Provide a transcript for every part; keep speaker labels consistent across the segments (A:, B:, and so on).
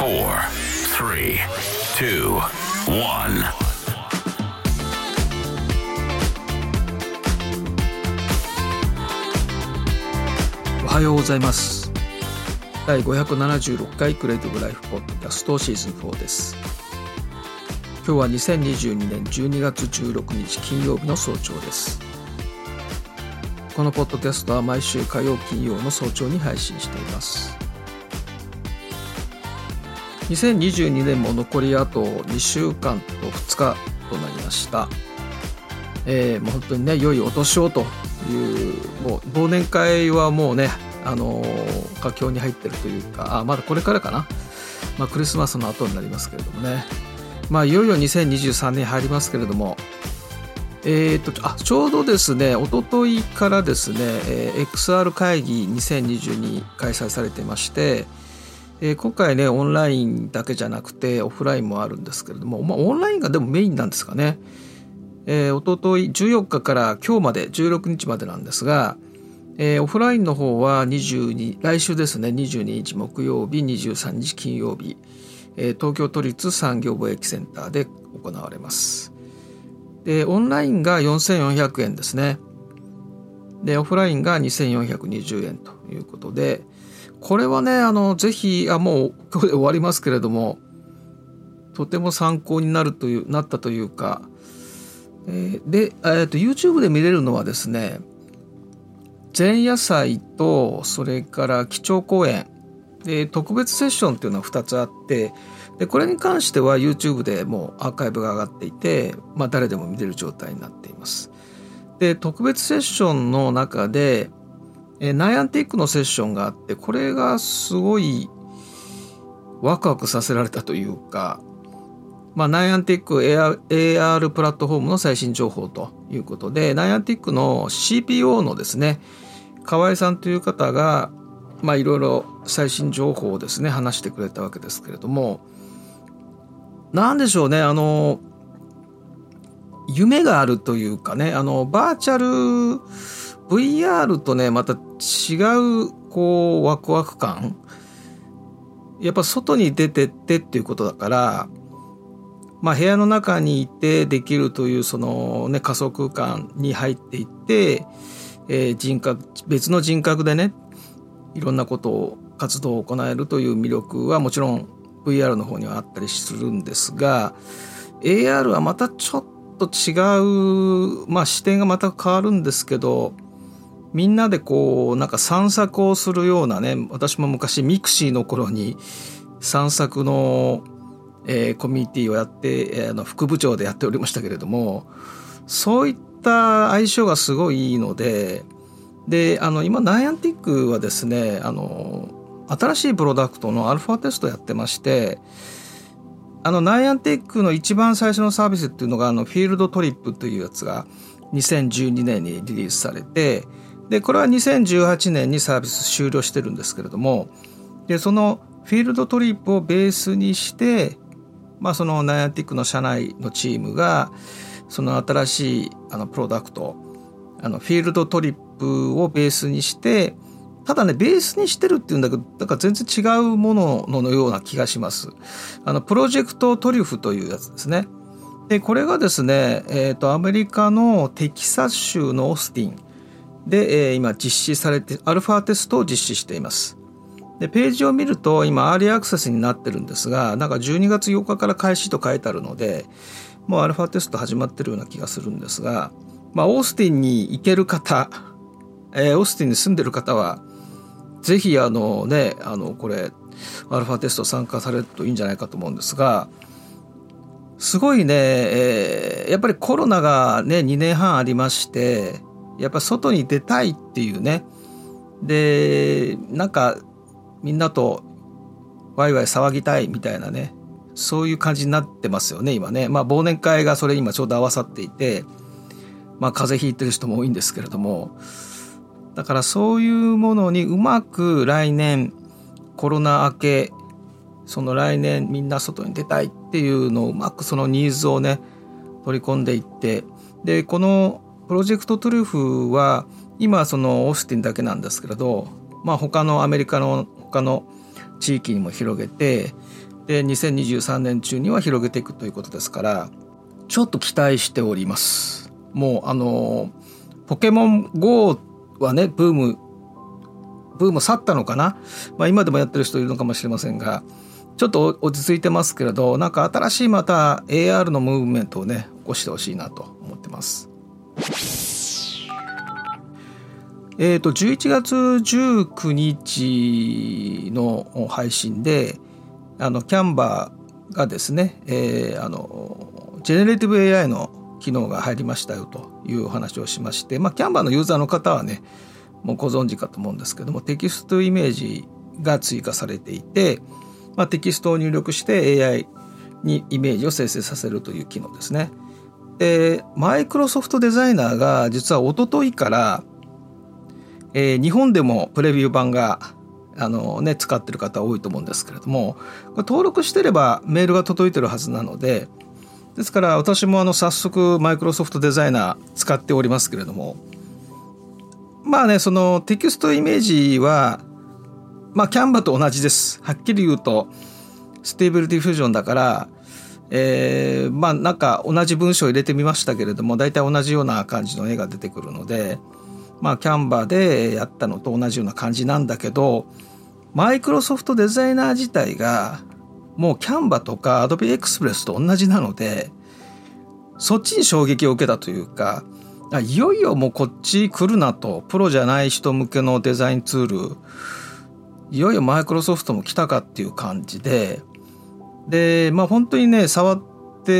A: 4, 3, 2, 1
B: おはようございます。第576回クリエイティブライフポッドキャストシーズン4です。今日は2022年12月16日金曜日の早朝です。このポッドキャストは毎週火曜金曜の早朝に配信しています。2022年も残りあと2週間と2日となりました。もう本当にね、良いお年をという、もう忘年会はもうね、佳境に入ってるというか、まだこれからかな、クリスマスの後になりますけれどもね、いよいよ2023年入りますけれども、ちょうどですね、一昨日からですね、XR 会議2022開催されていまして、今回ねオンラインだけじゃなくてオフラインもあるんですけれども、オンラインがでもメインなんですかね。一昨日14日から今日まで16日までなんですが、オフラインの方は来週ですね、22日木曜日23日金曜日、東京都立産業貿易センターで行われます。でオンラインが4400円ですね。でオフラインが2420円ということで、これはねぜひもう今日で終わりますけれども、とても参考になったというか、で、YouTube で見れるのはですね、前夜祭とそれから基調講演で特別セッションっていうのは2つあって、でこれに関しては YouTube でもうアーカイブが上がっていて、誰でも見れる状態になっています。で特別セッションの中でナイアンティックのセッションがあって、これがすごいワクワクさせられたというか、ナイアンティック AR プラットフォームの最新情報ということで、ナイアンティックの CPO のですね、河合さんという方がいろいろ最新情報をですね話してくれたわけですけれども、なんでしょうね、夢があるというかね、バーチャル VR とねまた違うワクワク感、やっぱ外に出てってっていうことだから、部屋の中にいてできるというそのね仮想空間に入っていって、別の人格でねいろんな活動を行えるという魅力はもちろん VR の方にはあったりするんですが、 AR はまたちょっと違う、視点がまた変わるんですけど、みんなでなんか散策をするようなね、私も昔ミクシーの頃に散策の、コミュニティをやって、副部長でやっておりましたけれども、そういった相性がすごいいいので、今ナイアンティックはですね、新しいプロダクトのアルファテストやってまして、ナイアンティックの一番最初のサービスっていうのがフィールドトリップというやつが2012年にリリースされて、でこれは2018年にサービス終了してるんですけれども、でそのフィールドトリップをベースにして、そのナイアンティックの社内のチームがその新しいプロダクトフィールドトリップをベースにして、ただねベースにしてるっていうんだけど、だから全然違うもののような気がします。プロジェクトトリュフというやつですね。でこれがですね、アメリカのテキサス州のオースティンで、今実施されてアルファテストを実施しています。でページを見ると今アーリーアクセスになってるんですが、なんか12月8日から開始と書いてあるので、もうアルファテスト始まってるような気がするんですが、オースティンに行ける方、オースティンに住んでる方はぜひこれアルファテスト参加されるといいんじゃないかと思うんですが、すごいね、やっぱりコロナがね2年半ありまして、やっぱ外に出たいっていうね、でなんかみんなとワイワイ騒ぎたいみたいなね、そういう感じになってますよね今ね。忘年会がそれ今ちょうど合わさっていて、風邪ひいてる人も多いんですけれども、だからそういうものにうまく来年コロナ明け、その来年みんな外に出たいっていうのをうまくそのニーズをね取り込んでいって、でこのプロジェクトトリュフは今そのオースティンだけなんですけれど、他のアメリカの他の地域にも広げて、 で2023年中には広げていくということですから、ちょっと期待しております。もうポケモン GO はねブーム去ったのかな、今でもやってる人いるのかもしれませんが、ちょっと落ち着いてますけれど、なんか新しいまた AR のムーブメントをね起こしてほしいなと思ってます。11月19日の配信でキャンバーがですね、ジェネレティブ AI の機能が入りましたよというお話をしまして、キャンバーのユーザーの方はねもうご存知かと思うんですけども、テキストイメージが追加されていて、テキストを入力して AI にイメージを生成させるという機能ですね。でマイクロソフトデザイナーが実は一昨日から日本でもプレビュー版が使ってる方多いと思うんですけれども、これ登録してればメールが届いてるはずなので、ですから私も早速マイクロソフトデザイナー使っておりますけれども、そのテキストイメージはキャンバと同じです。はっきり言うとステーブルディフュージョンだから、なんか同じ文章を入れてみましたけれども、大体同じような感じの絵が出てくるので、キャンバーでやったのと同じような感じなんだけど、マイクロソフトデザイナー自体がもうキャンバーとか Adobe Express と同じなので、そっちに衝撃を受けたというか、いよいよもうこっち来るなと、プロじゃない人向けのデザインツール、いよいよマイクロソフトも来たかっていう感じで、本当にね触って、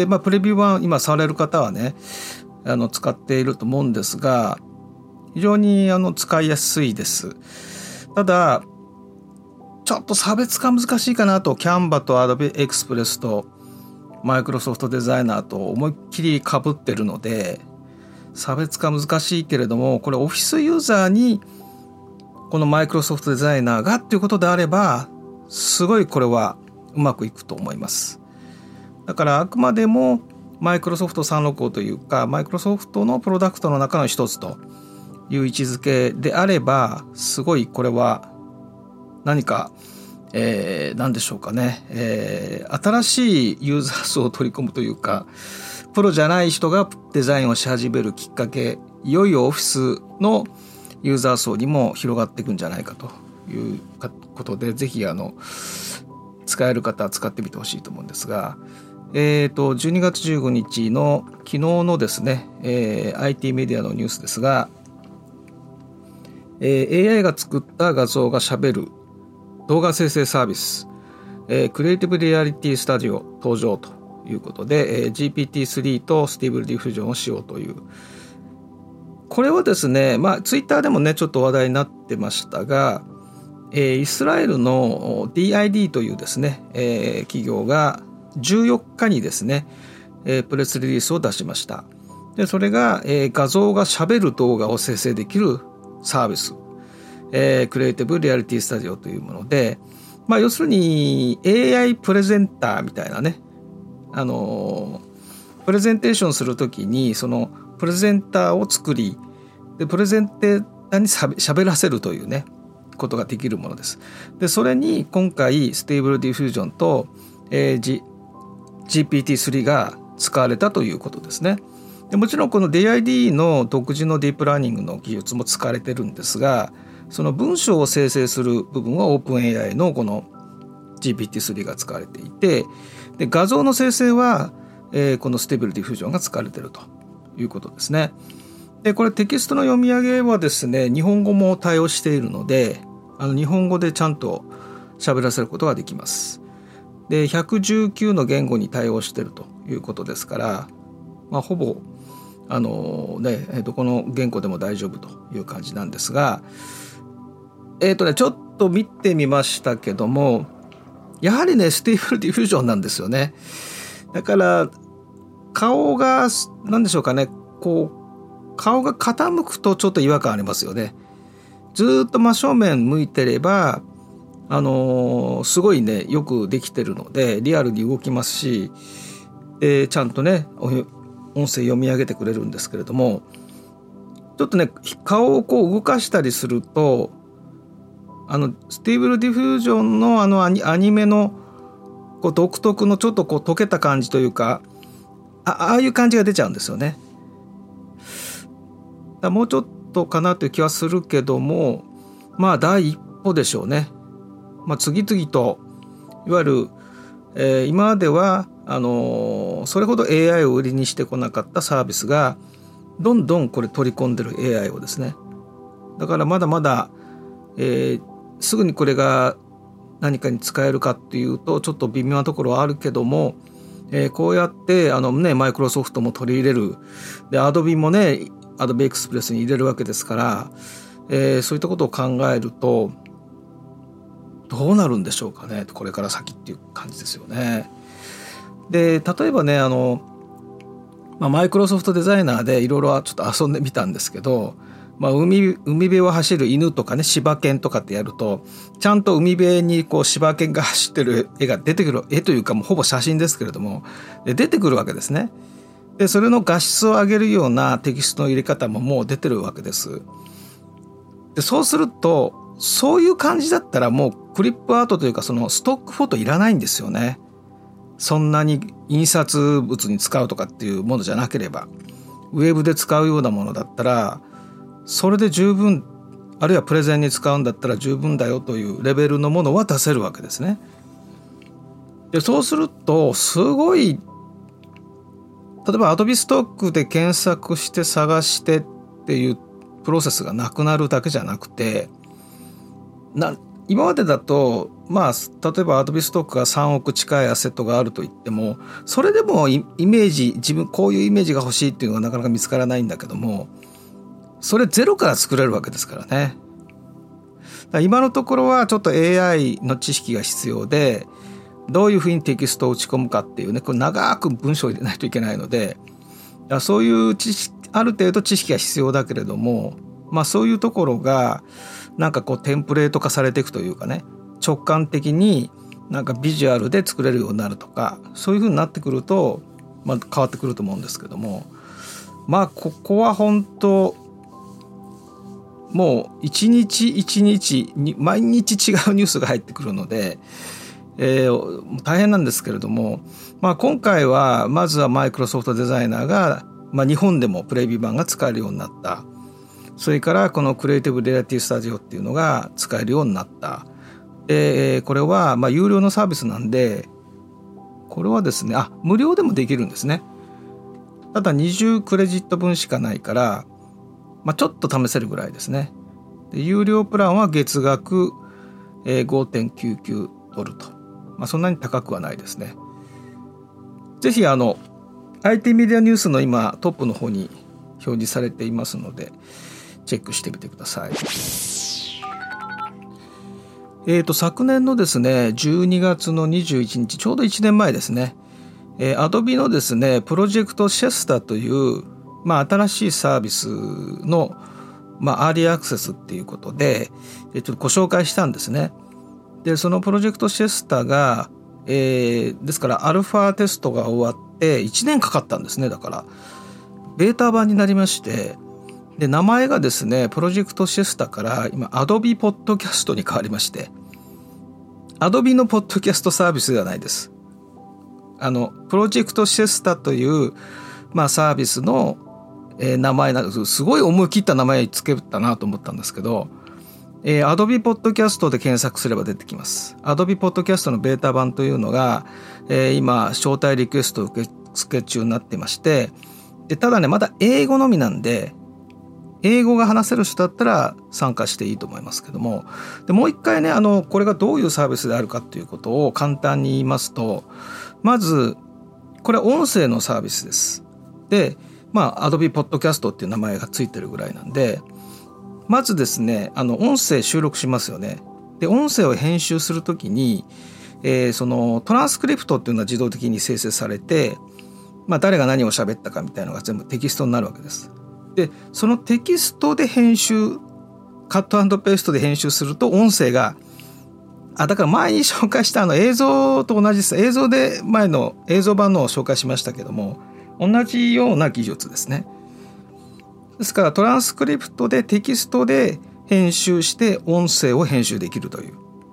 B: プレビュー版今触れる方はね使っていると思うんですが、非常に使いやすいです。ただちょっと差別化難しいかなと、キャンバと Adobe Express とマイクロソフトデザイナーと思いっきり被ってるので、差別化難しいけれども、これオフィスユーザーにこのマイクロソフトデザイナーがっていうことであれば、すごいこれはうまくいくと思います。だからあくまでもマイクロソフト365というか、マイクロソフトのプロダクトの中の一つという位置づけであれば、すごいこれは何か、何でしょうかね、新しいユーザー層を取り込むというか、プロじゃない人がデザインをし始めるきっかけ、いよいよオフィスのユーザー層にも広がっていくんじゃないかということで、ぜひ使える方は使ってみてほしいと思うんですが、12月15日の昨日のですね、IT メディアのニュースですが、AI が作った画像がしゃべる動画生成サービス、クリエイティブリアリティスタジオ登場ということで、GPT-3 とスティーブルディフュージョンをしようという。これはですね、ツイッターでもねちょっと話題になってましたが、イスラエルの DID というですね、企業が14日にですね、プレスリリースを出しました。でそれが、画像がしゃべる動画を生成できるサービス、クリエイティブリアリティスタジオというもので、要するに AI プレゼンターみたいなね、プレゼンテーションするときにそのプレゼンターを作り、でプレゼンテーターにしゃべらせるというねことができるものです。でそれに今回ステーブルディフュージョンと、GPT-3 が使われたということですね。でもちろんこの DID の独自のディープラーニングの技術も使われてるんですが、その文章を生成する部分は OpenAI のこの GPT-3 が使われていて、で画像の生成は、このステーブルディフュージョンが使われているということですね。でこれテキストの読み上げはですね日本語も対応しているので、日本語でちゃんと喋らせることができます。で119の言語に対応しているということですから、ほぼどこの言語でも大丈夫という感じなんですが、ちょっと見てみましたけども、やはりねステーブルディフュージョンなんですよね。だから顔が何でしょうかね、顔が傾くとちょっと違和感ありますよね。ずっと真正面向いてればすごいねよくできてるのでリアルに動きますし、ちゃんとね音声読み上げてくれるんですけれども、ちょっとね顔を動かしたりするとステーブルディフュージョンのアニメのこう独特のちょっとこう溶けた感じというか、ああいう感じが出ちゃうんですよね。だもうちょっとかなという気はするけども、まあ第一歩でしょうね。次々といわゆる、今まではそれほど AI を売りにしてこなかったサービスがどんどんこれ取り込んでる AI をですね。だからまだまだ、すぐにこれが何かに使えるかっていうとちょっと微妙なところはあるけども、こうやってマイクロソフトも取り入れるで、アドビもねアドビエクスプレスに入れるわけですから、そういったことを考えるとどうなるんでしょうかね、これから先っていう感じですよね。で例えばねマイクロソフトデザイナーでいろいろちょっと遊んでみたんですけど、海辺を走る犬とかね柴犬とかってやるとちゃんと海辺にこう柴犬が走ってる絵が出てくる、絵というかもうほぼ写真ですけれども出てくるわけですね。でそれの画質を上げるようなテキストの入れ方ももう出てるわけです。でそうするとそういう感じだったらもうクリップアートというかそのストックフォトいらないんですよね。そんなに印刷物に使うとかっていうものじゃなければ、ウェブで使うようなものだったらそれで十分、あるいはプレゼンに使うんだったら十分だよというレベルのものは出せるわけですね。でそうするとすごい、例えば Adobe ストックで検索して探してっていうプロセスがなくなるだけじゃなくて、今までだと例えば Adobe ストックが3億近いアセットがあるといっても、それでもイメージ、自分こういうイメージが欲しいっていうのがなかなか見つからないんだけども、それゼロから作れるわけですからね。今のところはちょっと AI の知識が必要で、どういうふうにテキストを打ち込むかっていうね、これ長く文章を入れないといけないので、そういうある程度知識が必要だけれども、そういうところがなんかこうテンプレート化されていくというかね、直感的になんかビジュアルで作れるようになるとか、そういうふうになってくると、変わってくると思うんですけども、ここは本当もう一日一日に毎日違うニュースが入ってくるので、大変なんですけれども、今回はまずはマイクロソフトデザイナーが、日本でもプレビュー版が使えるようになった。それからこのクリエイティブリアリティスタジオっていうのが使えるようになった。これは有料のサービスなんで、これはですね無料でもできるんですね。ただ20クレジット分しかないから、ちょっと試せるぐらいですね。で有料プランは月額、5.99 ドルと、そんなに高くはないですね。ぜひIT メディアニュースの今トップの方に表示されていますのでチェックしてみてください。昨年のですね12月の21日、ちょうど1年前ですね、Adobe のですねプロジェクトシェスタという新しいサービスのアーリーアクセスっていうことでちょっとご紹介したんですね。でそのプロジェクトシェスタが、ですからアルファテストが終わって1年かかったんですね。だからベータ版になりまして、で名前がですねプロジェクトシェスタから今 Adobe ポッドキャストに変わりまして、Adobe のポッドキャストサービスではないです。プロジェクトシェスタという、サービスの、名前なんです。すごい思い切った名前つけたなと思ったんですけど、Adobe ポッドキャストで検索すれば出てきます。Adobe ポッドキャストのベータ版というのが、今招待リクエスト受付中になってまして、でただねまだ英語のみなんで、英語が話せる人だったら参加していいと思いますけども、でもう一回ねこれがどういうサービスであるかということを簡単に言いますと、まずこれは音声のサービスです。でAdobe ポッドキャストっていう名前がついてるぐらいなんで、まずですね音声収録しますよね。で音声を編集するときに、そのトランスクリプトっていうのは自動的に生成されて、誰が何を喋ったかみたいなのが全部テキストになるわけです。でそのテキストで編集、カット&ペーストで編集すると音声がだから前に紹介した映像と同じです。映像で前の映像版のを紹介しましたけども、同じような技術ですね。ですからトランスクリプトでテキストで編集して音声を編集できるという、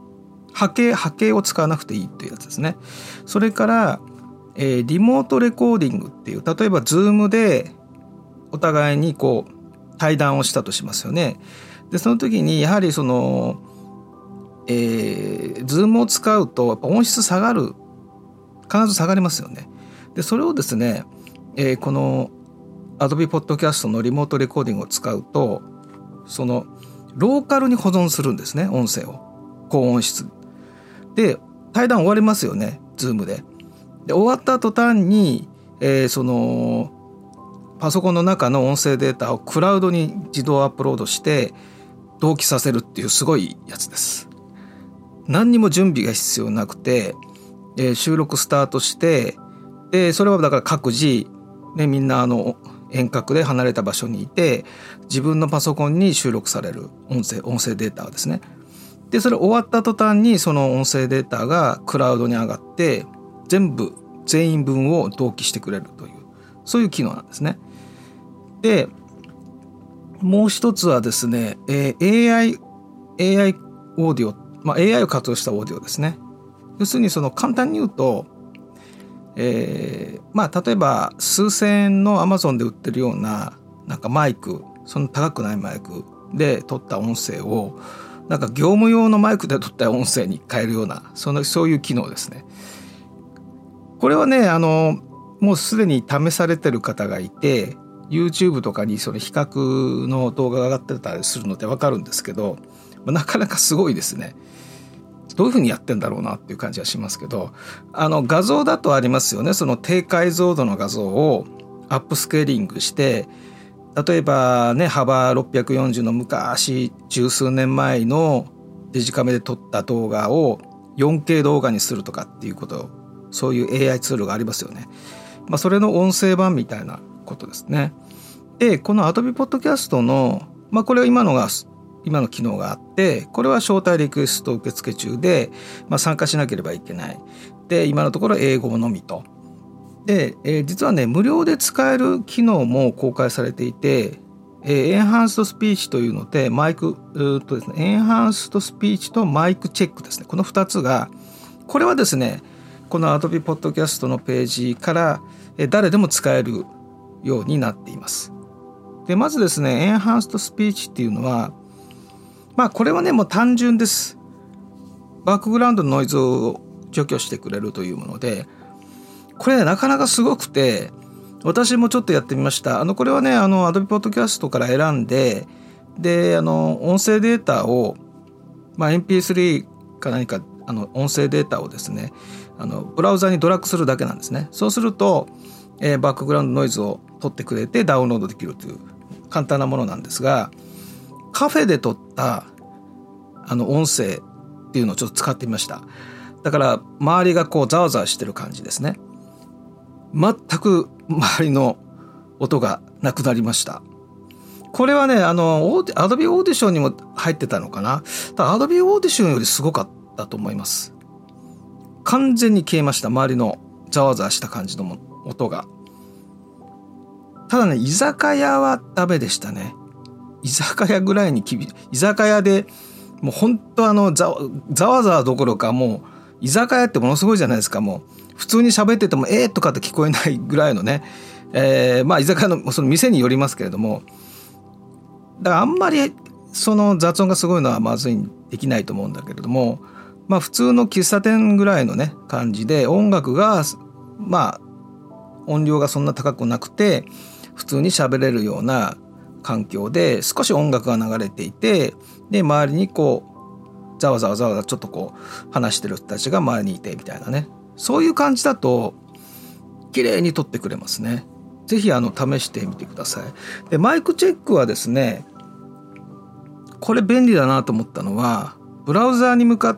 B: 波形を使わなくていいっていうやつですね。それから、リモートレコーディングっていう、例えば Zoom でお互いにこう対談をしたとしますよね。でその時にやはりその、Zoom を使うとやっぱ音質下がる、必ず下がりますよね。でそれをですね、この Adobe Podcast のリモートレコーディングを使うと、そのローカルに保存するんですね、音声を。高音質で対談終わりますよね、Zoom で。で終わった途端に、そのパソコンの中の音声データをクラウドに自動アップロードして同期させるっていうすごいやつです。何にも準備が必要なくて、収録スタートして、でそれはだから各自、ね、みんな遠隔で離れた場所にいて、自分のパソコンに収録される音声データですね。でそれ終わった途端にその音声データがクラウドに上がって全員分を同期してくれるという、そういう機能なんですね。でもう一つはですね、AI オーディオ、AI を活用したオーディオですね。要するにその簡単に言うと、例えば数千円の Amazon で売ってるようななんかマイク、その高くないマイクで撮った音声をなんか業務用のマイクで撮った音声に変えるような、そういう機能ですね。これはね、もうすでに試されてる方がいて、 YouTube とかにその比較の動画が上がってたりするので分かるんですけど、なかなかすごいですね。どういうふうにやってんだろうなっていう感じはしますけど、画像だとありますよね。その低解像度の画像をアップスケーリングして、例えばね、幅640の昔十数年前のデジカメで撮った動画を 4K 動画にするとかっていうこと、そういう AI ツールがありますよね。それの音声版みたいなことですね。でこの Adobe Podcast の、これは今の機能があって、これは招待リクエスト受付中で、参加しなければいけない。で今のところ英語のみと。で、実はね、無料で使える機能も公開されていて、エンハンストスピーチというのでエンハンストスピーチとマイクチェックですね。この2つが、これはですね、この Adobe Podcast のページから誰でも使えるようになっています。でまずですね、エンハンストスピーチっていうのは、これはね、もう単純です。バックグラウンドのノイズを除去してくれるというもので、これなかなかすごくて、私もちょっとやってみました。これはね、Adobe Podcast から選んで、で音声データを、MP3 か何か音声データをですね、ブラウザにドラッグするだけなんですね。そうすると、バックグラウンドノイズを取ってくれてダウンロードできるという簡単なものなんですが、カフェで撮った音声っていうのをちょっと使ってみました。だから周りがこうザワザワしてる感じですね。全く周りの音がなくなりました。これはね、Adobe Audition にも入ってたのかな。Adobe Audition よりすごかったと思います。完全に消えました、周りのザワザワした感じの音が。ただね、居酒屋はダメでしたね。居酒屋ぐらいに居酒屋でもう本当ザワザワどころか、もう居酒屋ってものすごいじゃないですか。もう普通に喋っててもとかって聞こえないぐらいのね、居酒屋のその店によりますけれども、だからあんまりその雑音がすごいのはまずいできないと思うんだけれども、普通の喫茶店ぐらいのね感じで、音楽が音量がそんな高くなくて普通に喋れるような環境で、少し音楽が流れていて、で周りにこうざわざわちょっとこう話してる人たちが周りにいてみたいなね、そういう感じだと綺麗に撮ってくれますね。ぜひ試してみてください。でマイクチェックはですね、これ便利だなと思ったのは、ブラウザーに向かって、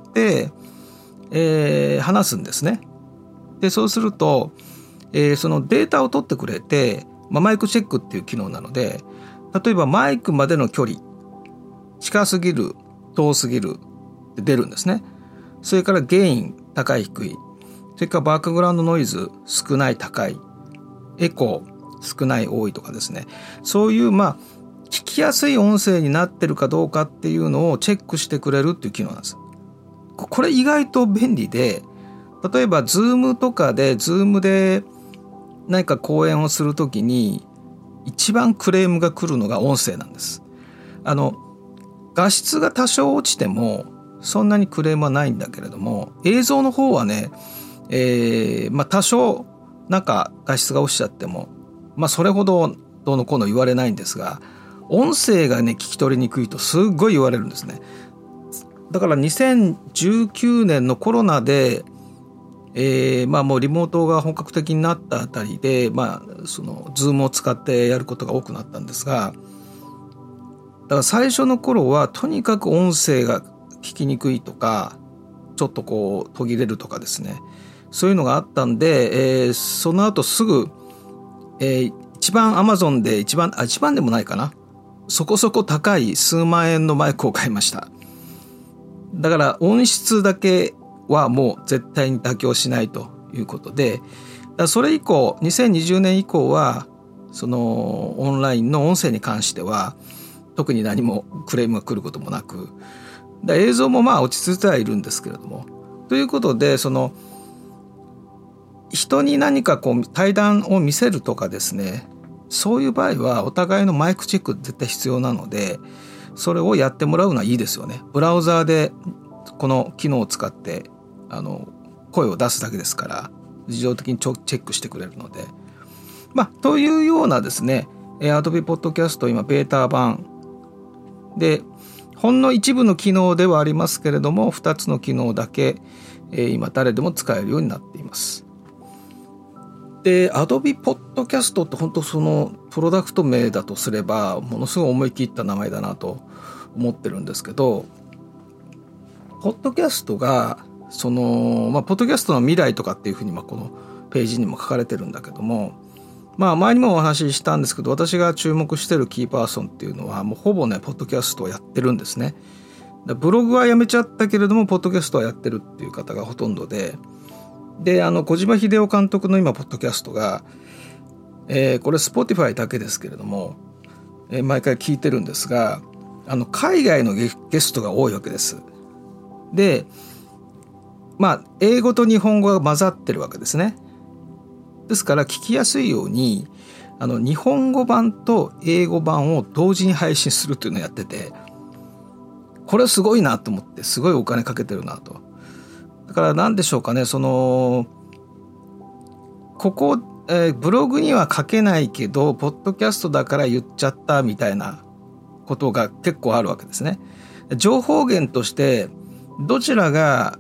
B: 話すんですね。でそうすると、そのデータを取ってくれて、マイクチェックっていう機能なので、例えばマイクまでの距離、近すぎる遠すぎるって出るんですね。それからゲイン高い低い、それからバックグラウンドノイズ少ない高い、エコー少ない多いとかですね、そういう聞きやすい音声になってるかどうかっていうのをチェックしてくれるっていう機能なんです。 これ意外と便利で、例えばZoomとかでZoomで何か講演をするときに一番クレームが来るのが音声なんです。画質が多少落ちてもそんなにクレームはないんだけれども、映像の方はね、多少なんか画質が落ちちゃっても、それほどどうのこうの言われないんですが、音声がね聞き取りにくいとすっごい言われるんですね。だから2019年のコロナで、もうリモートが本格的になったあたりで、その Zoom を使ってやることが多くなったんですが、だから最初の頃はとにかく音声が聞きにくいとか、ちょっとこう途切れるとかですね、そういうのがあったんで、その後すぐ、一番 Amazon で一番でもないかな、そこそこ高い数万円のマイクを買いました。だから音質だけはもう絶対に妥協しないということで、それ以降2020年以降はそのオンラインの音声に関しては特に何もクレームが来ることもなく、映像も落ち着いてはいるんですけれども、ということで、その人に何かこう対談を見せるとかですね、そういう場合はお互いのマイクチェック絶対必要なので、それをやってもらうのはいいですよね。ブラウザーでこの機能を使って声を出すだけですから、自動的にチェックしてくれるので、というようなですね、Adobe Podcast 今ベータ版で、ほんの一部の機能ではありますけれども、2つの機能だけ、今誰でも使えるようになっています。で Adobe Podcast って本当そのプロダクト名だとすればものすごい思い切った名前だなと思ってるんですけど、ポッドキャストがその、ポッドキャストの未来とかっていうふうにこのページにも書かれてるんだけども、前にもお話ししたんですけど、私が注目してるキーパーソンっていうのはもうほぼねポッドキャストをやってるんですね。ブログはやめちゃったけれどもポッドキャストはやってるっていう方がほとんどで、小島秀夫監督の今ポッドキャストが、これ Spotify だけですけれども、毎回聞いてるんですが、海外のゲストが多いわけです。で英語と日本語が混ざってるわけですね。ですから聞きやすいように日本語版と英語版を同時に配信するというのをやってて、これすごいなと思って、すごいお金かけてるなと。だから何でしょうかね、そのここ、ブログには書けないけどポッドキャストだから言っちゃったみたいなことが結構あるわけですね。情報源としてどちらが、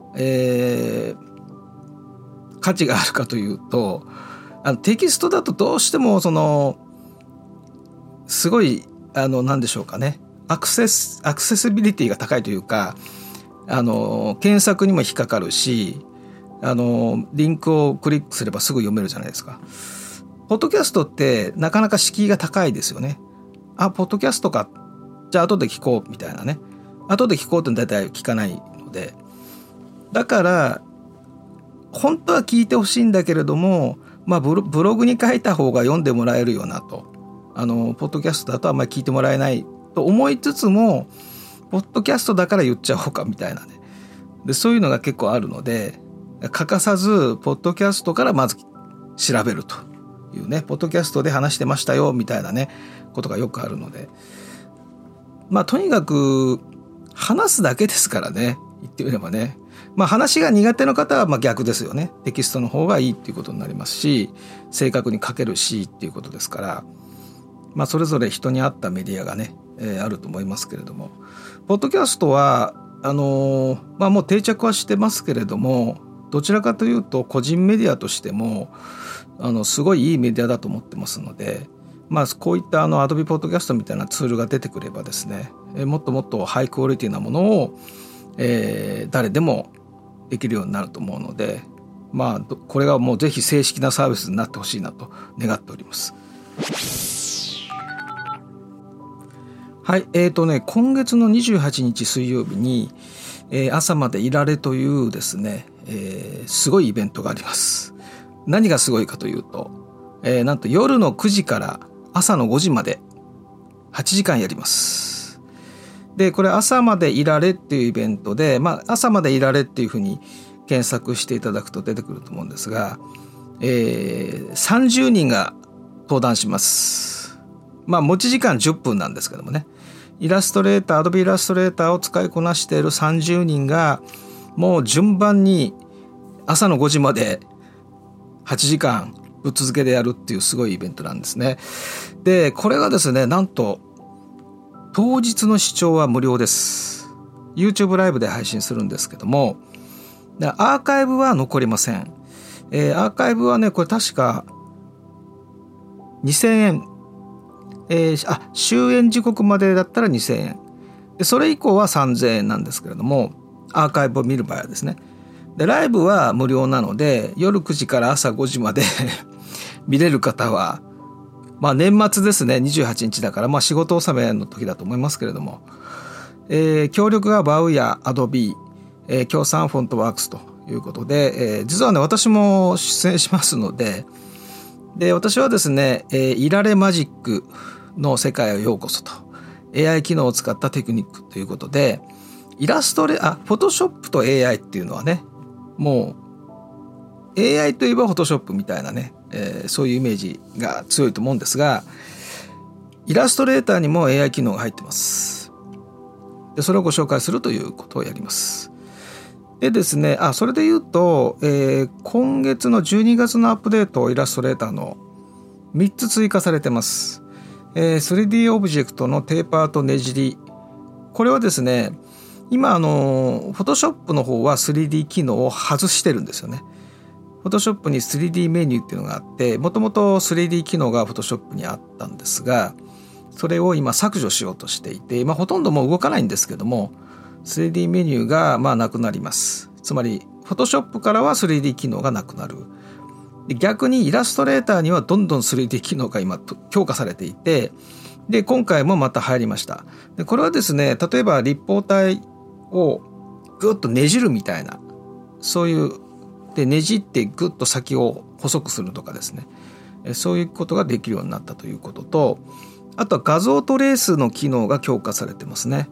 B: 価値があるかというと、テキストだとどうしてもそのすごい何でしょうかね、アクセシビリティが高いというか、検索にも引っかかるし、リンクをクリックすればすぐ読めるじゃないですか。ポッドキャストってなかなか敷居が高いですよね。ポッドキャストか、じゃあ後で聞こうみたいなね。後で聞こうって大体聞かないので、だから本当は聞いてほしいんだけれども、ブログに書いた方が読んでもらえるよなと、ポッドキャストだとあんまり聞いてもらえないと思いつつも、ポッドキャストだから言っちゃおうかみたいなね。でそういうのが結構あるので、欠かさずポッドキャストからまず調べるというね、ポッドキャストで話してましたよみたいなねことがよくあるので、とにかく話すだけですからね、言ってみればね。話が苦手な方は逆ですよね。テキストの方がいいっていうことになりますし、正確に書けるしっていうことですから、それぞれ人に合ったメディアがね、あると思いますけれども、ポッドキャストはもう定着はしてますけれども、どちらかというと個人メディアとしてもすごいいいメディアだと思ってますので、こういったAdobe Podcast みたいなツールが出てくればですね、もっともっとハイクオリティなものを、誰でもできるようになると思うので、これがもうぜひ正式なサービスになってほしいなと願っております。はい、今月の28日水曜日に、朝までいられというですね、すごいイベントがあります。何がすごいかというと、なんと夜の9時から朝の5時まで8時間やります。 でこれ朝までいられっていうイベントで、朝までいられっていうふうに検索していただくと出てくると思うんですが、30人が登壇します。持ち時間10分なんですけどもね、イラストレーター、アドビイラストレーターを使いこなしている30人がもう順番に朝の5時まで8時間ぶっ続けでやるっていうすごいイベントなんですね。でこれがですね、なんと当日の視聴は無料です。 YouTube ライブで配信するんですけども、アーカイブは残りません。アーカイブはね、これ確か2000円、終演時刻までだったら2000円で、それ以降は3000円なんですけれども、アーカイブを見る場合はですね。でライブは無料なので、夜9時から朝5時まで見れる方は、年末ですね、28日だから、仕事納めの時だと思いますけれども、協力がバウやアドビ、協賛フォントワークスということで、実はね私も出演しますので、私はですね、いられマジックの世界へようこそと AI 機能を使ったテクニックということで、フォトショップと AI っていうのはね、もう AI といえばフォトショップみたいなね、そういうイメージが強いと思うんですが、イラストレーターにも AI 機能が入ってます。でそれをご紹介するということをやります。でですね、それで言うと、今月の12月のアップデート、イラストレーターの3つ追加されてます。3D オブジェクトのテーパーとねじり、これはですね、今Photoshop の方は 3D 機能を外してるんですよね。Photoshop に 3D メニューっていうのがあって、もともと 3D 機能が Photoshop にあったんですが、それを今削除しようとしていて、ほとんどもう動かないんですけども、3D メニューがなくなります。つまり Photoshop からは 3D 機能がなくなる。で逆にイラストレーターにはどんどん 3D 機能が今強化されていて、で今回もまた入りました。でこれはですね、例えば立方体をぐっとねじるみたいな、そういうでねじってぐっと先を細くするとかですね、そういうことができるようになったということと、あとは画像トレースの機能が強化されてますね。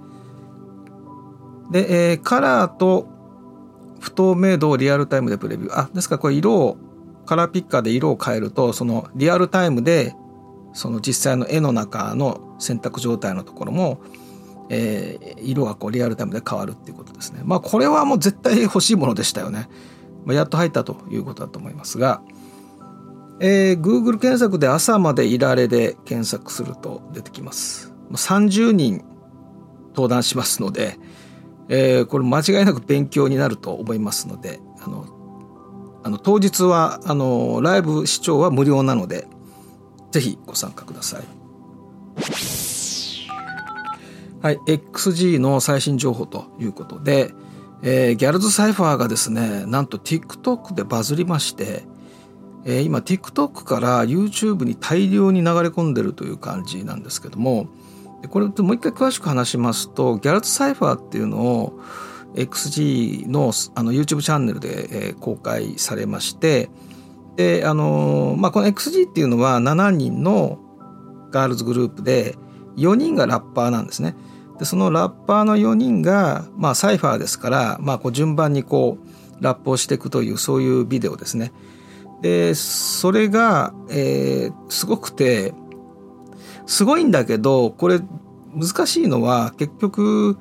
B: で、カラーと不透明度をリアルタイムでプレビュー。ですからこれ色をカラーピッカーで色を変えると、そのリアルタイムでその実際の絵の中の選択状態のところも、色がリアルタイムで変わるっていうことですね。これはもう絶対欲しいものでしたよね。やっと入ったということだと思いますが、Google 検索で朝までいられで検索すると出てきます。30人登壇しますので、これ間違いなく勉強になると思いますので、当日はライブ視聴は無料なので、ぜひご参加ください。はい、XG の最新情報ということで、ギャルズサイファーがですね、なんと TikTok でバズりまして、今 TikTok から YouTube に大量に流れ込んでるという感じなんですけども、これもう一回詳しく話しますと、ギャルズサイファーっていうのを XG のYouTube チャンネルで、公開されまして、でこの XG っていうのは7人のガールズグループで4人がラッパーなんですね。でそのラッパーの4人が、サイファーですから、順番にラップをしていくという、そういうビデオですね。でそれが、すごくて、すごいんだけど、これ難しいのは結局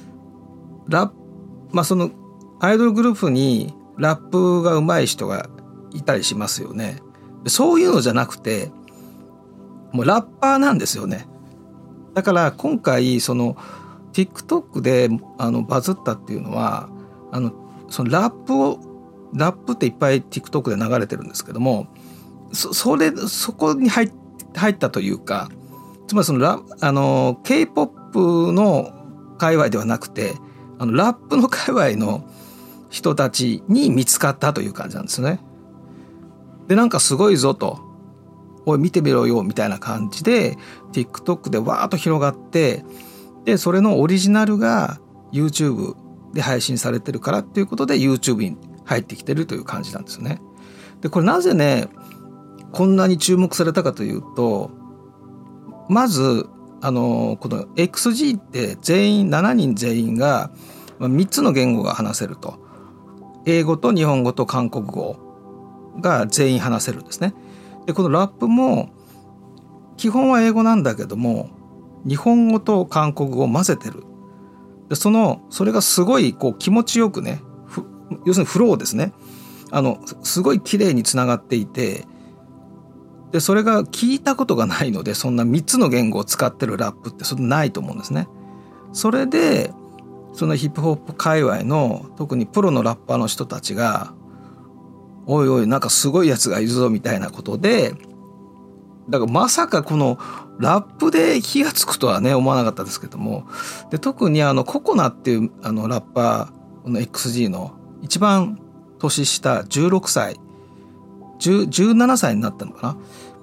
B: そのアイドルグループにラップが上手い人がいたりしますよね。そういうのじゃなくて、もうラッパーなんですよね。だから今回その TikTok でバズったっていうのは、そのラップっていっぱい TikTok で流れてるんですけども、そこに入ったというか、つまりそのK-POP の界隈ではなくて、ラップの界隈の人たちに見つかったという感じなんですね。でなんかすごいぞと、おい見てみろよみたいな感じで TikTok でわーっと広がって、でそれのオリジナルが YouTube で配信されてるからっていうことで YouTube に入ってきてるという感じなんですよね。でこれなぜねこんなに注目されたかというと、まずこの XG って7人全員が3つの言語が話せると。英語と日本語と韓国語が全員話せるんですね。でこのラップも基本は英語なんだけども日本語と韓国語を混ぜてる。でそれがすごいこう気持ちよくね、要するにフローですね、すごい綺麗につながっていて、でそれが聞いたことがないので、そんな3つの言語を使ってるラップってそれないと思うんですね。それでそのヒップホップ界隈の特にプロのラッパーの人たちがおいおいなんかすごいやつがいるぞみたいなことで、だからまさかこのラップで火がつくとはね思わなかったですけども、で特にココナっていうラッパーの XG の一番年下16歳17歳になったのかな。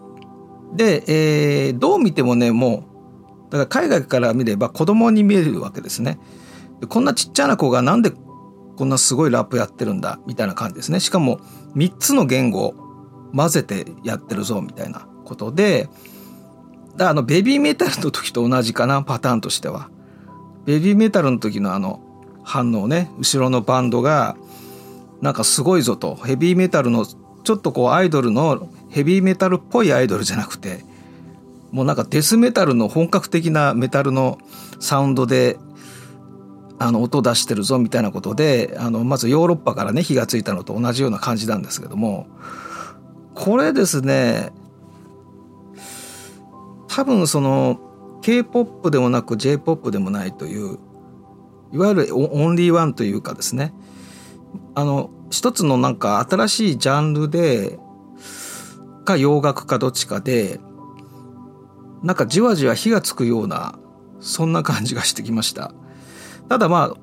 B: で、どう見てもねもうだから海外から見れば子供に見えるわけですね。でこんなちっちゃな子がなんでこんなすごいラップやってるんだみたいな感じですね。しかも3つの言語を混ぜてやってるぞみたいなことで、ベビーメタルの時と同じかな、パターンとしては。ベビーメタルの時の反応ね、後ろのバンドがなんかすごいぞと、ヘビーメタルのちょっとこうアイドルのヘビーメタルっぽいアイドルじゃなくて、もうなんかデスメタルの本格的なメタルのサウンドで音出してるぞみたいなことで、まずヨーロッパからね火がついたのと同じような感じなんですけども、これですね、多分その K-POP でもなく J-POP でもないという、いわゆるオンリーワンというかですね、一つのなんか新しいジャンルでか洋楽かどっちかでなんかじわじわ火がつくようなそんな感じがしてきました。ただまあ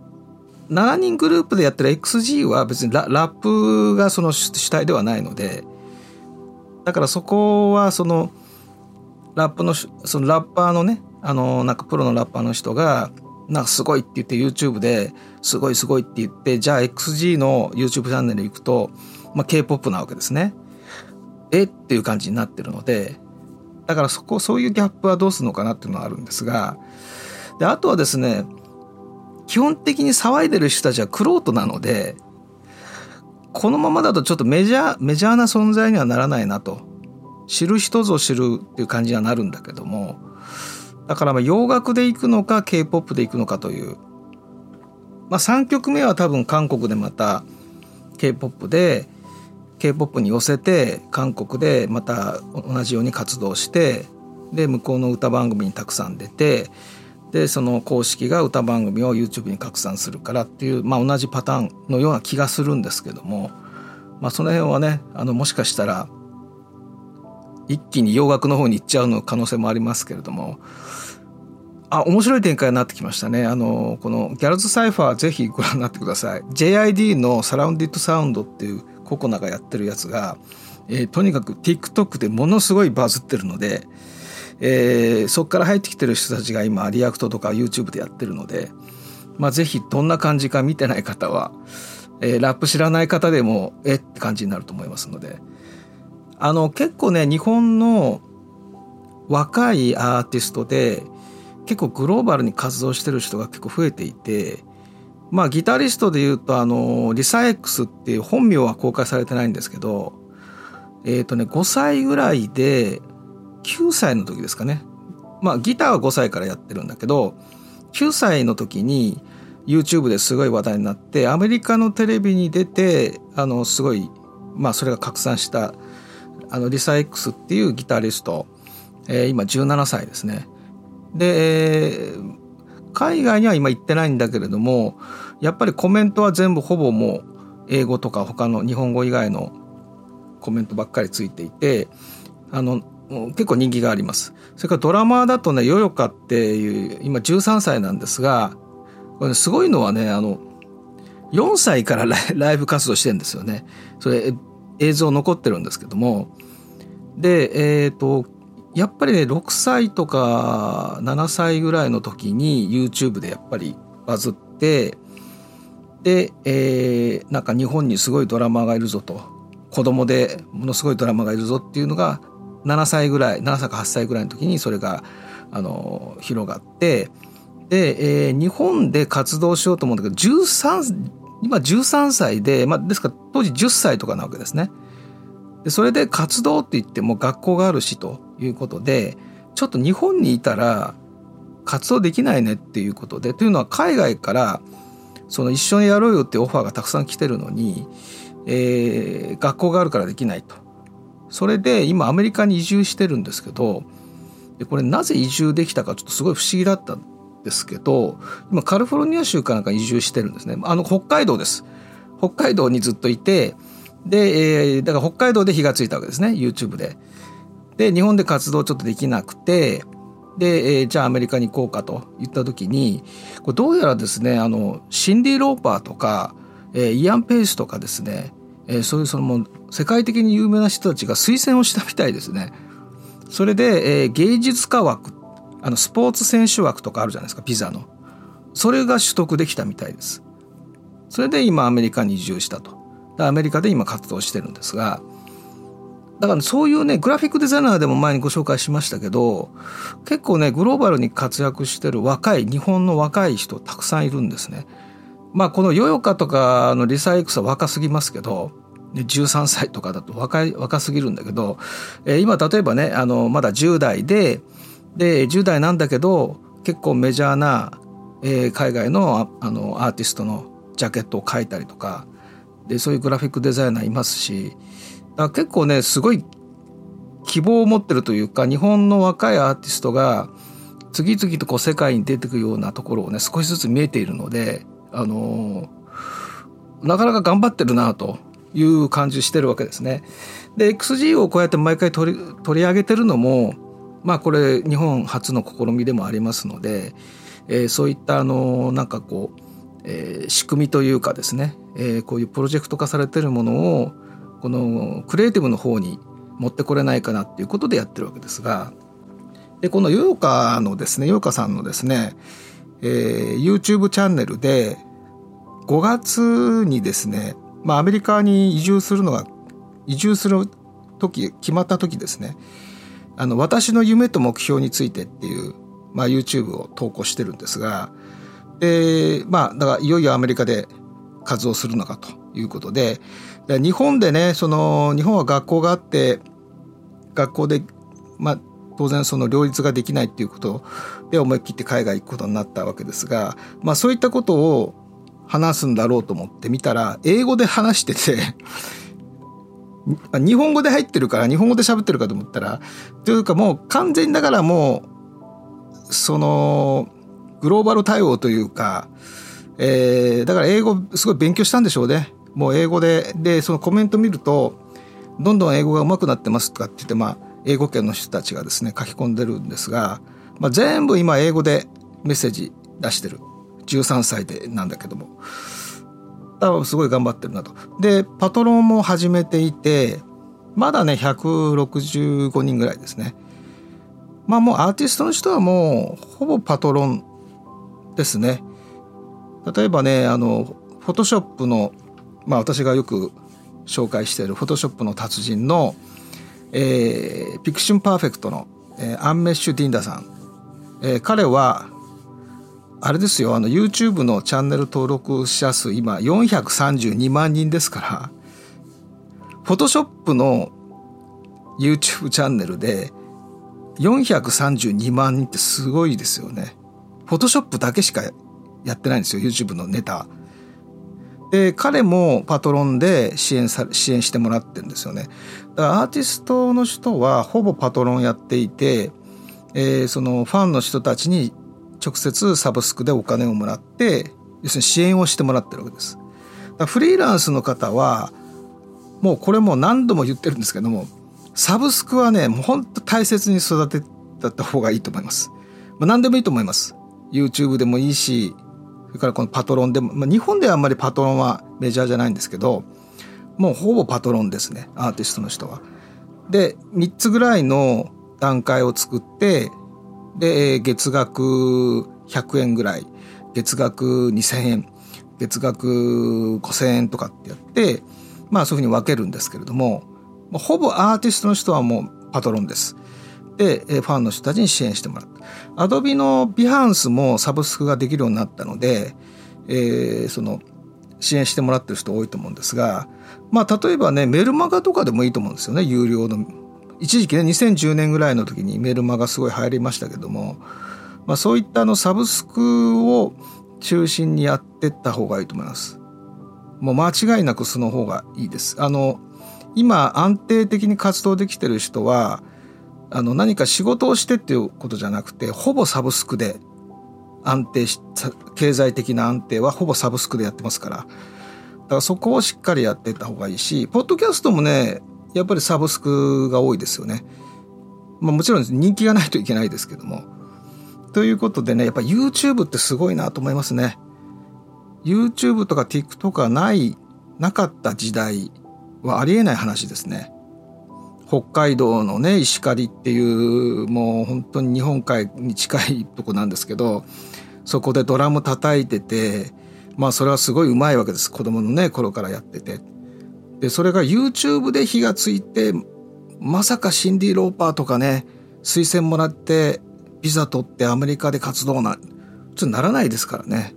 B: 7人グループでやってる XG は別にラップがその主体ではないので、だからそこはそのラップのそのラッパーのねなんかプロのラッパーの人がなんかすごいって言って YouTube ですごいすごいって言って、じゃあ XG の YouTube チャンネル行くと、K-POP なわけですね。っていう感じになってるので、だからそういうギャップはどうするのかなっていうのはあるんですが、であとはですね、基本的に騒いでる人たちは玄人なので、このままだとちょっとメジャーな存在にはならないなと、知る人ぞ知るっていう感じにはなるんだけども、だから洋楽で行くのか K-POP で行くのかという、3曲目は多分韓国でまた K-POP で K-POP に寄せて韓国でまた同じように活動して、で向こうの歌番組にたくさん出て、でその公式が歌番組を YouTube に拡散するからっていう、同じパターンのような気がするんですけども、その辺はねもしかしたら一気に洋楽の方に行っちゃうの可能性もありますけれども、面白い展開になってきましたね。このギャルズサイファーぜひご覧になってください。 JID のサラウンディッドサウンドっていうココナがやってるやつが、とにかく TikTok でものすごいバズってるので、そこから入ってきてる人たちが今リアクトとか YouTube でやってるので、ぜひどんな感じか見てない方は、ラップ知らない方でもって感じになると思いますので、結構ね日本の若いアーティストで結構グローバルに活動してる人が結構増えていて、ギタリストでいうとリサ X っていう本名は公開されてないんですけど、5歳ぐらいで9歳の時ですかね、ギターは5歳からやってるんだけど9歳の時に YouTube ですごい話題になって、アメリカのテレビに出てすごいそれが拡散したリサ X っていうギタリスト、今17歳ですね。で、海外には今行ってないんだけれども、やっぱりコメントは全部ほぼもう英語とか他の日本語以外のコメントばっかりついていて、結構人気があります。それからドラマーだとね、ヨヨカっていう今13歳なんですが、これすごいのはね、4歳からライブ活動してるんですよね。それ映像残ってるんですけども、でやっぱりね6歳とか7歳ぐらいの時に YouTube でやっぱりバズって、で、なんか日本にすごいドラマーがいるぞと、子供でものすごいドラマーがいるぞっていうのが7歳か8歳ぐらいの時にそれが広がって、で、日本で活動しようと思うんだけど今13歳で、ですから当時10歳とかなわけですね。でそれで活動って言っても学校があるしということで、ちょっと日本にいたら活動できないねっていうことで、というのは海外からその一緒にやろうよっていうオファーがたくさん来てるのに、学校があるからできないと。それで今アメリカに移住してるんですけど、これなぜ移住できたかちょっとすごい不思議だったんですけど、今カリフォルニア州かなんか移住してるんですね。北海道です。北海道にずっといて、で、だから北海道で火がついたわけですね、 YouTube で。で日本で活動ちょっとできなくて、で、じゃあアメリカに行こうかと言った時に、これどうやらですね、シンディ・ローパーとか、イアン・ペイスとかですね、そういうもう世界的に有名な人たちが推薦をしたみたいですね。それで、芸術家枠、スポーツ選手枠とかあるじゃないですか、ピザの。それが取得できたみたいです。それで今アメリカに移住したと。アメリカで今活動してるんですが、だからそういうね、グラフィックデザイナーでも前にご紹介しましたけど、結構ねグローバルに活躍してる日本の若い人たくさんいるんですね。このヨヨカとかのリサイクスは若すぎますけど、13歳とかだと若すぎるんだけど、今例えばね、まだ10代で10代なんだけど結構メジャーな、海外のアーティストのジャケットを描いたりとかで、そういうグラフィックデザイナーいますし、だから結構ねすごい希望を持ってるというか、日本の若いアーティストが次々と世界に出てくるようなところをね少しずつ見えているので、なかなか頑張ってるなという感じしてるわけですね。で XG をこうやって毎回取り上げてるのも、これ日本初の試みでもありますので、そういった仕組みというかですね、こういうプロジェクト化されてるものをこのクリエイティブの方に持ってこれないかなっていうことでやってるわけですが、でこのヨヨカさんのですね、YouTube チャンネルで5月にですね、アメリカに移住する時決まった時ですね、私の夢と目標についてっていう、YouTube を投稿してるんですが、でだからいよいよアメリカで活動するのかということで、日本でね、日本は学校があって、学校で当然両立ができないっていうことで思い切って海外行くことになったわけですが、そういったことを話すんだろうと思って見たら英語で話してて日本語で入ってるから日本語で喋ってるかと思ったら、というかもう完全にだからもうグローバル対応というか、だから英語すごい勉強したんでしょうね。もう英語でそのコメント見るとどんどん英語が上手くなってますとかって言って、英語圏の人たちがですね書き込んでるんですが、全部今英語でメッセージ出してる13歳でなんだけども、多分すごい頑張ってるなと。でパトロンも始めていて、まだね165人ぐらいですね。もうアーティストの人はもうほぼパトロンですね。例えばねフォトショップの、私がよく紹介しているフォトショップの達人の、ピクションパーフェクトの、アンメッシュ・ディンダさん、彼はあれですよ、YouTube のチャンネル登録者数今432万人ですから、フォトショップの YouTube チャンネルで432万人ってすごいですよね。フォトショップだけしかやってないんですよ、 YouTube のネタで。彼もパトロンで支援してもらってるんですよね。だからアーティストの人はほぼパトロンやっていて、そのファンの人たちに直接サブスクでお金をもらって、要するに支援をしてもらってるわけです。だからフリーランスの方はもうこれも何度も言ってるんですけども、サブスクはねもう本当大切に育てた方がいいと思います。何でもいいと思います。 YouTube でもいいし、それからこのパトロンでも、日本ではあんまりパトロンはメジャーじゃないんですけど、もうほぼパトロンですね、アーティストの人は。で3つぐらいの段階を作って、で月額100円ぐらい、月額2000円、月額5000円とかってやって、そういうふうに分けるんですけれども、ほぼアーティストの人はもうパトロンです。 ファンの人たちに支援してもらった。Adobe の Behance もサブスクができるようになったので、その支援してもらってる人多いと思うんですが、まあ例えばねメルマガとかでもいいと思うんですよね。有料の一時期ね2010年ぐらいの時にメルマガすごい流行りましたけども、まあ、そういったサブスクを中心にやってった方がいいと思います。もう間違いなくその方がいいです。今安定的に活動できてる人は何か仕事をしてっていうことじゃなくて、ほぼサブスクで経済的な安定はほぼサブスクでやってますから、だからそこをしっかりやっていった方がいいし、ポッドキャストもねやっぱりサブスクが多いですよね。まあ、もちろん人気がないといけないですけども。ということでね、やっぱ YouTube ってすごいなと思いますね。YouTube とか TikTok がなかった時代はありえない話ですね。北海道のね石狩っていうもう本当に日本海に近いとこなんですけど、そこでドラム叩いてて、まあそれはすごいうまいわけです。子供のね頃からやってて、でそれが YouTube で火がついて、まさかシンディ・ローパーとかね推薦もらってビザ取ってアメリカで活動ならないですからね。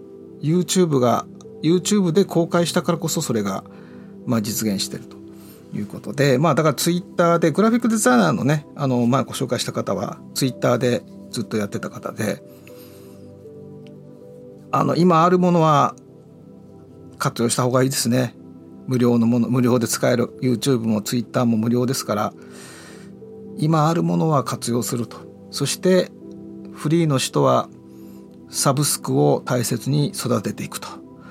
B: YouTube で公開したからこそそれがまあ実現してるということで、まあだからツイッターでグラフィックデザイナーのねまあご紹介した方はツイッターでずっとやってた方で、今あるものは活用した方がいいですね。無料のもの、無料で使える YouTube も Twitter も無料ですから、今あるものは活用すると。そしてフリーの人はサブスクを大切に育てていくと、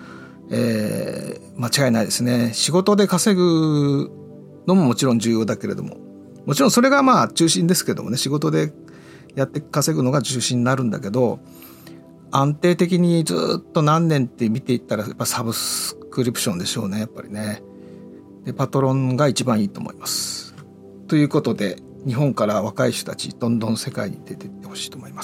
B: 間違いないですね。仕事で稼ぐのももちろん重要だけれども、もちろんそれがまあ中心ですけどもね、仕事でやって稼ぐのが中心になるんだけど、安定的にずっと何年って見ていったらやっぱサブスクリプションでしょうね、やっぱりね。でパトロンが一番いいと思います。ということで日本から若い人たちどんどん世界に出ていってほしいと思います。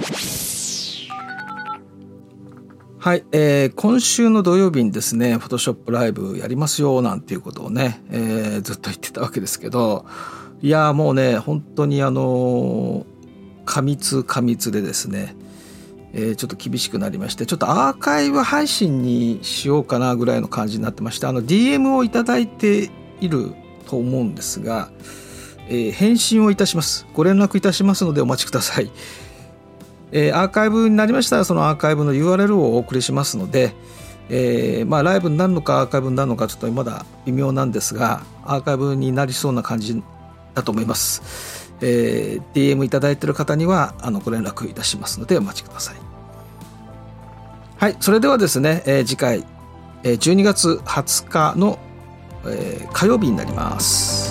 B: はい、今週の土曜日にですね、フォトショップライブやりますよなんていうことをね、ずっと言ってたわけですけど、いやもうね本当に過密でですね、ちょっと厳しくなりまして、ちょっとアーカイブ配信にしようかなぐらいの感じになってまして、DM をいただいていると思うんですが、返信をいたします。ご連絡いたしますのでお待ちください。アーカイブになりましたらそのアーカイブの URL をお送りしますので、まあライブになるのかアーカイブになるのかちょっとまだ微妙なんですが、アーカイブになりそうな感じだと思います。DM いただいている方にはご連絡いたしますのでお待ちください。はい、それではですね、次回12月20日の、火曜日になります。